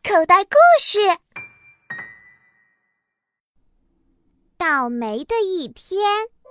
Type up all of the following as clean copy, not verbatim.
口袋故事。倒霉的一天。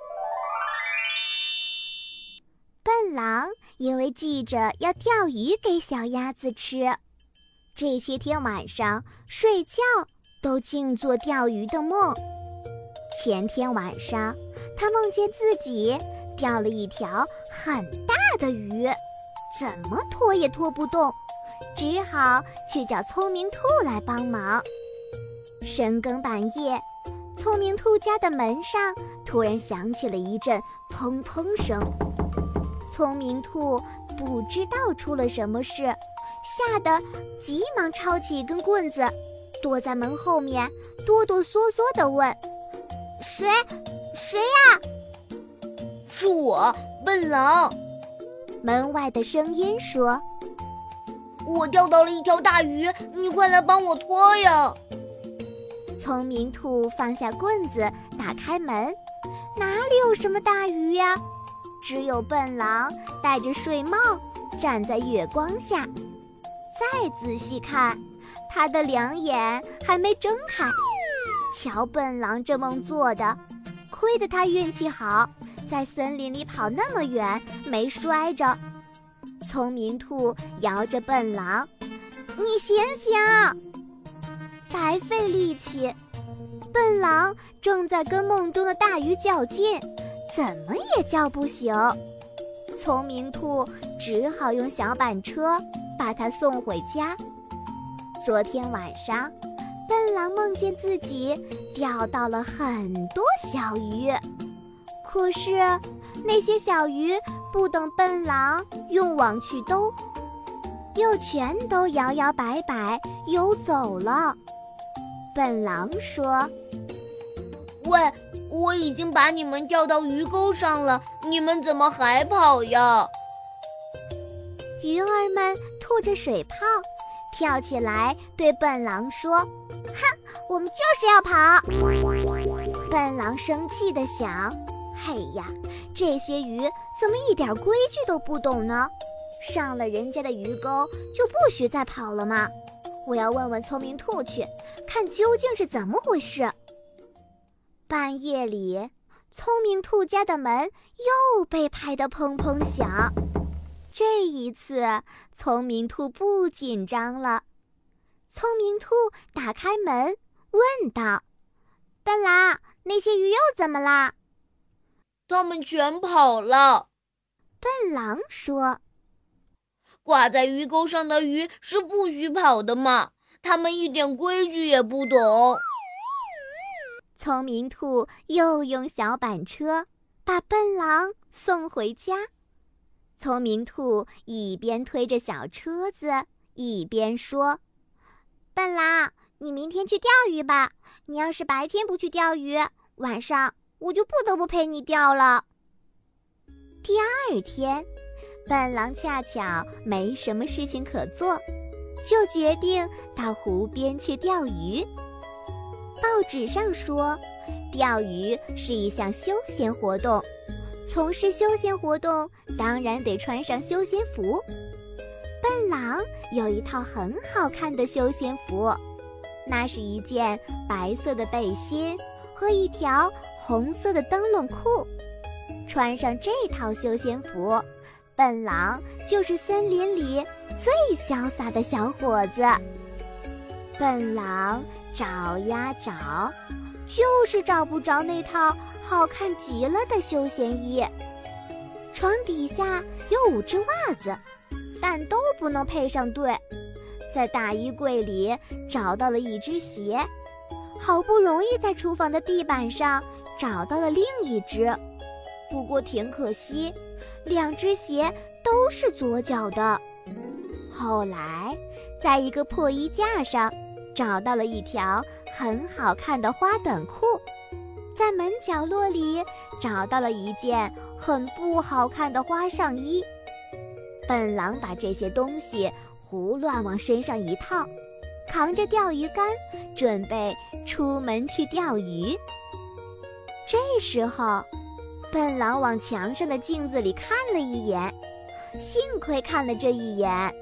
笨狼因为记着要钓鱼给小鸭子吃，这些天晚上睡觉都净做钓鱼的梦。前天晚上，他梦见自己钓了一条很大的鱼，怎么拖也拖不动，只好去叫聪明兔来帮忙。深更半夜，聪明兔家的门上突然响起了一阵砰砰声。聪明兔不知道出了什么事，吓得急忙抄起一根棍子，躲在门后面，哆哆嗦嗦地问：“谁呀？”“ 是我，笨狼。” 门外的声音说。“ 我钓到了一条大鱼，你快来帮我拖呀！” 聪明兔放下棍子，打开门，哪里有什么大鱼呀？只有笨狼戴着睡帽站在月光下。再仔细看，他的两眼还没睁开。瞧笨狼这梦做的，亏得他运气好，在森林里跑那么远没摔着。聪明兔摇着笨狼：“你醒醒！”白费力气，笨狼正在跟梦中的大鱼较劲，怎么也叫不醒。聪明兔只好用小板车把它送回家。昨天晚上，笨狼梦见自己钓到了很多小鱼，可是那些小鱼不等笨狼用网去兜，又全都摇摇摆摆游走了。笨狼说：“ 喂，我已经把你们钓到鱼钩上了，你们怎么还跑呀？” 鱼儿们吐着水泡，跳起来对笨狼说：“哼，我们就是要跑！”笨狼生气地想：“嘿呀，这些鱼怎么一点规矩都不懂呢？上了人家的鱼钩就不许再跑了吗？我要问问聪明兔去，看究竟是怎么回事。”半夜里，聪明兔家的门又被拍得砰砰响。这一次，聪明兔不紧张了。聪明兔打开门，问道：“笨狼，那些鱼又怎么啦？”“ 它们全跑了。” 笨狼说。 “挂在鱼钩上的鱼是不许跑的嘛，它们一点规矩也不懂。” 聪明兔又用小板车把笨狼送回家。聪明兔一边推着小车子，一边说：“笨狼，你明天去钓鱼吧。你要是白天不去钓鱼，晚上我就不得不陪你钓了。”第二天，笨狼恰巧没什么事情可做，就决定到湖边去钓鱼。报纸上说，钓鱼是一项休闲活动，从事休闲活动当然得穿上休闲服。笨狼有一套很好看的休闲服，那是一件白色的背心和一条红色的灯笼裤。穿上这套休闲服，笨狼就是森林里最潇洒的小伙子。笨狼找呀找，就是找不着那套好看极了的休闲衣。床底下有5只袜子，但都不能配上对。在大衣柜里找到了1只鞋，好不容易在厨房的地板上找到了另1只，不过挺可惜，2只鞋都是左脚的。后来，在一个破衣架上找到了一条很好看的花短裤，在门角落里找到了一件很不好看的花上衣。笨狼把这些东西胡乱往身上一套，扛着钓鱼竿，准备出门去钓鱼。这时候，笨狼往墙上的镜子里看了一眼，幸亏看了这一眼，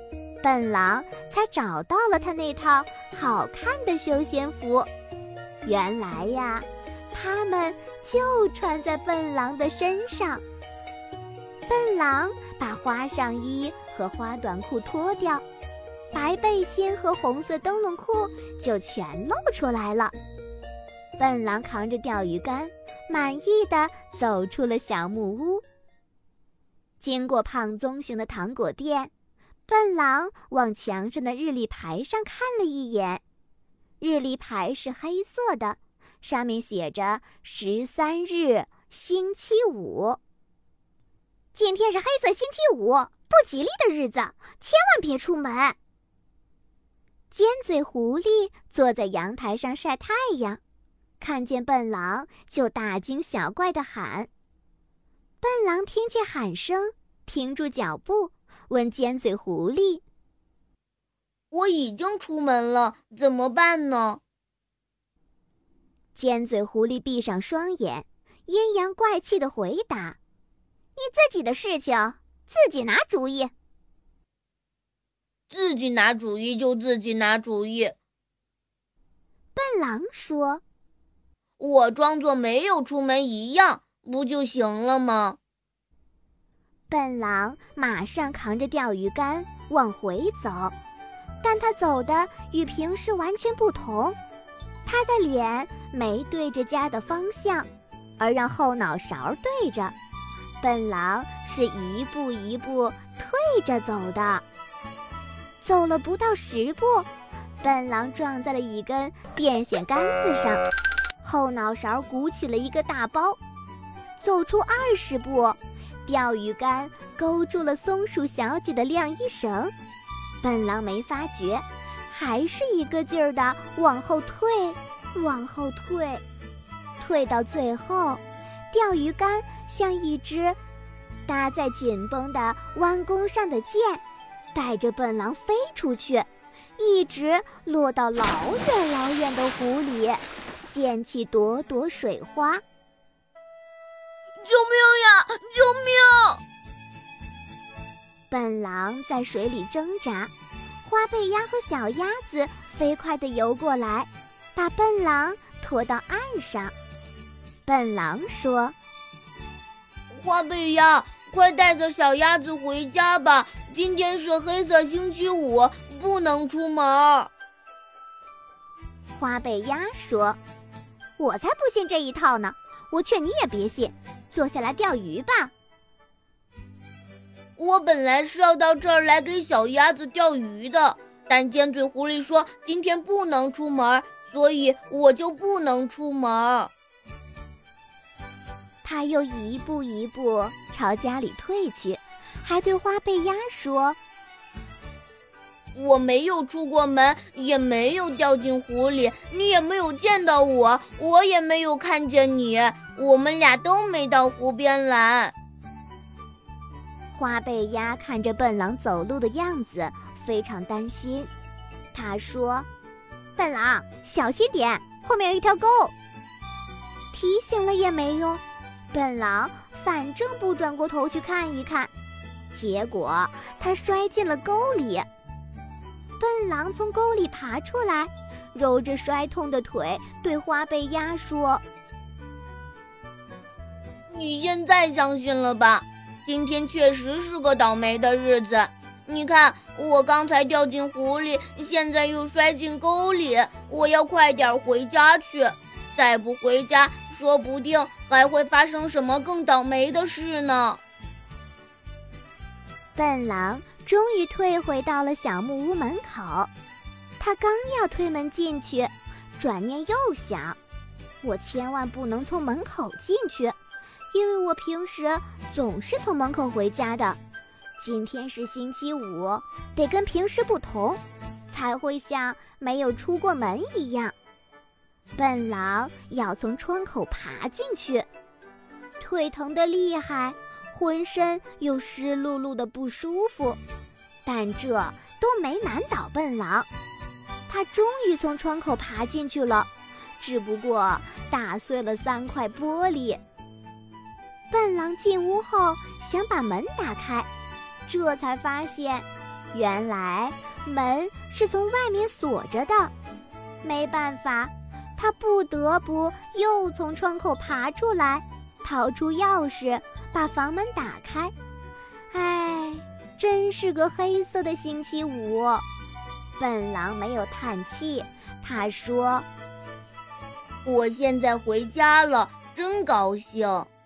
笨狼才找到了他那套好看的休闲服。原来呀，它们就穿在笨狼的身上。笨狼把花上衣和花短裤脱掉，白背心和红色灯笼裤就全露出来了。笨狼扛着钓鱼竿，满意地走出了小木屋。经过胖棕熊的糖果店，笨狼往墙上的日历牌上看了一眼。日历牌是黑色的，上面写着13日，星期五。今天是黑色星期五，不吉利的日子，千万别出门。尖嘴狐狸坐在阳台上晒太阳，看见笨狼就大惊小怪地喊。笨狼听见喊声，停住脚步，问尖嘴狐狸： 我已经出门了，怎么办呢？ 尖嘴狐狸闭上双眼，阴阳怪气地回答：你自己的事情自己拿主意。 自己拿主意就自己拿主意。 笨狼说： 我装作没有出门一样，不就行了吗？ 笨狼马上扛着钓鱼竿往回走，但他走的与平时完全不同。他的脸没对着家的方向，而让后脑勺对着。笨狼是一步一步退着走的。走了不到10步，笨狼撞在了一根电线杆子上，后脑勺鼓起了一个大包。走出20步，钓鱼竿勾住了松鼠小姐的晾衣绳。笨狼没发觉，还是一个劲儿地往后退，往后退。退到最后，钓鱼竿像一只搭在紧绷的弯弓上的箭，带着笨狼飞出去，一直落到老远老远的湖里，溅起朵朵水花。 救命呀！救命！ 笨狼在水里挣扎，花背鸭和小鸭子飞快地游过来，把笨狼拖到岸上。笨狼说： 花背鸭，快带着小鸭子回家吧，今天是黑色星期五，不能出门。 花背鸭说：我才不信这一套呢，我劝你也别信，坐下来钓鱼吧。 我本来是要到这儿来给小鸭子钓鱼的，但尖嘴狐狸说今天不能出门，所以我就不能出门。 他又一步一步朝家里退去，还对花背鸭说： 我没有出过门，也没有掉进湖里，你也没有见到我，我也没有看见你，我们俩都没到湖边来。 花背鸭看着笨狼走路的样子，非常担心。他说：笨狼，小心点，后面有一条沟。提醒了也没用，笨狼反正不转过头去看一看，结果他摔进了沟里。笨狼从沟里爬出来，揉着摔痛的腿，对花背鸭说： 你现在相信了吧？今天确实是个倒霉的日子。你看，我刚才掉进湖里，现在又摔进沟里，我要快点回家去。再不回家，说不定还会发生什么更倒霉的事呢。 笨狼终于退回到了小木屋门口，他刚要推门进去，转念又想，我千万不能从门口进去，因为我平时总是从门口回家的。今天是星期五，得跟平时不同，才会像没有出过门一样。笨狼要从窗口爬进去，腿疼得厉害，浑身又湿漉漉的不舒服，但这都没难倒笨狼。他终于从窗口爬进去了，只不过打碎了3块玻璃。笨狼进屋后想把门打开，这才发现原来门是从外面锁着的，没办法，他不得不又从窗口爬出来，掏出钥匙把房门打开。唉，真是个黑色的星期五。笨狼没有叹气，他说： 我现在回家了，真高兴。